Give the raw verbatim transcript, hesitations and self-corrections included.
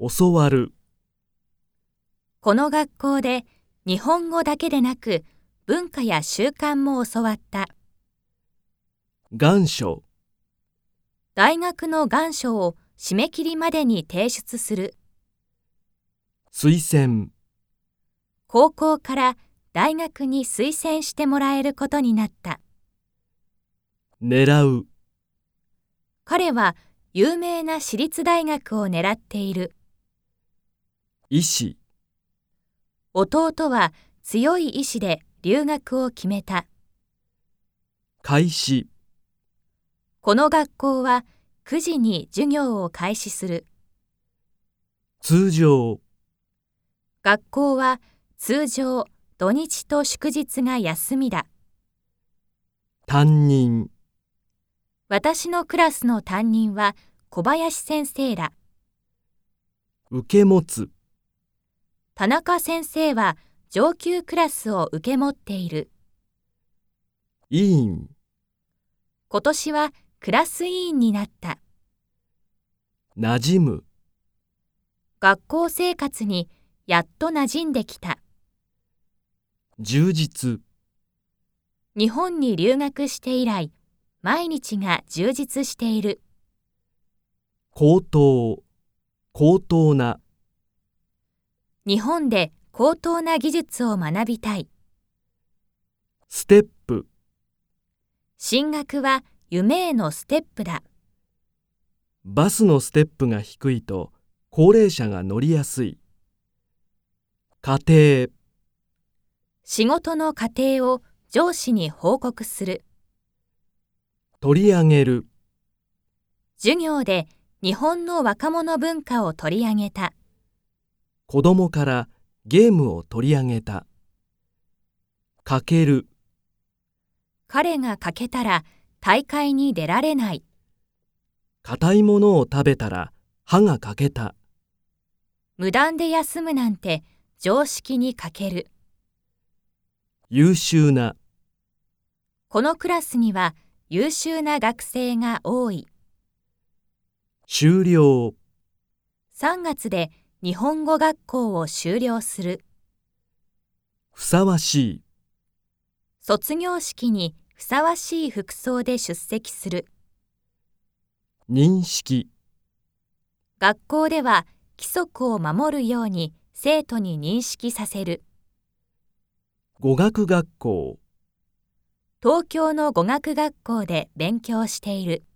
教わる。 この学校で日本語だけでなく文化や習慣も教わった。 願書。 大学の願書を締め切りまでに提出する。 推薦。 高校から大学に推薦してもらえることになった。 狙う。 彼は有名な私立大学を狙っている。 意志。 弟は強い意志で留学を決めた。 開始。 この学校はくじに授業を開始する。 通常。 学校は通常土日と祝日が休みだ。 担任。 私のクラスの担任は小林先生だ。 受け持つ。 田中先生は上級クラスを受け持っている。 委員。 今年はクラス委員になった。 馴染む。 学校生活にやっと馴染んできた。 充実。 日本に留学して以来、毎日が充実している。 高等。高等な。 日本で高等な技術を学びたい。 ステップ。 進学は夢へのステップだ。 バスのステップが低いと高齢者が乗りやすい。家庭。 仕事の過程を上司に報告する。 取り上げる。 授業で日本の若者文化を取り上げた。 子供からゲームを取り上げた。かける。 彼が欠けたら大会に出られない。 硬いものを食べたら歯が欠けた。 無断で休むなんて常識に欠ける。 優秀な。 このクラスには優秀な学生が多い。 修了。 さんがつで日本語学校を修了する。 ふさわしい。 卒業式にふさわしい服装で出席する。 認識。 学校では規則を守るように生徒に認識させる。 語学学校。 東京の語学学校で勉強している。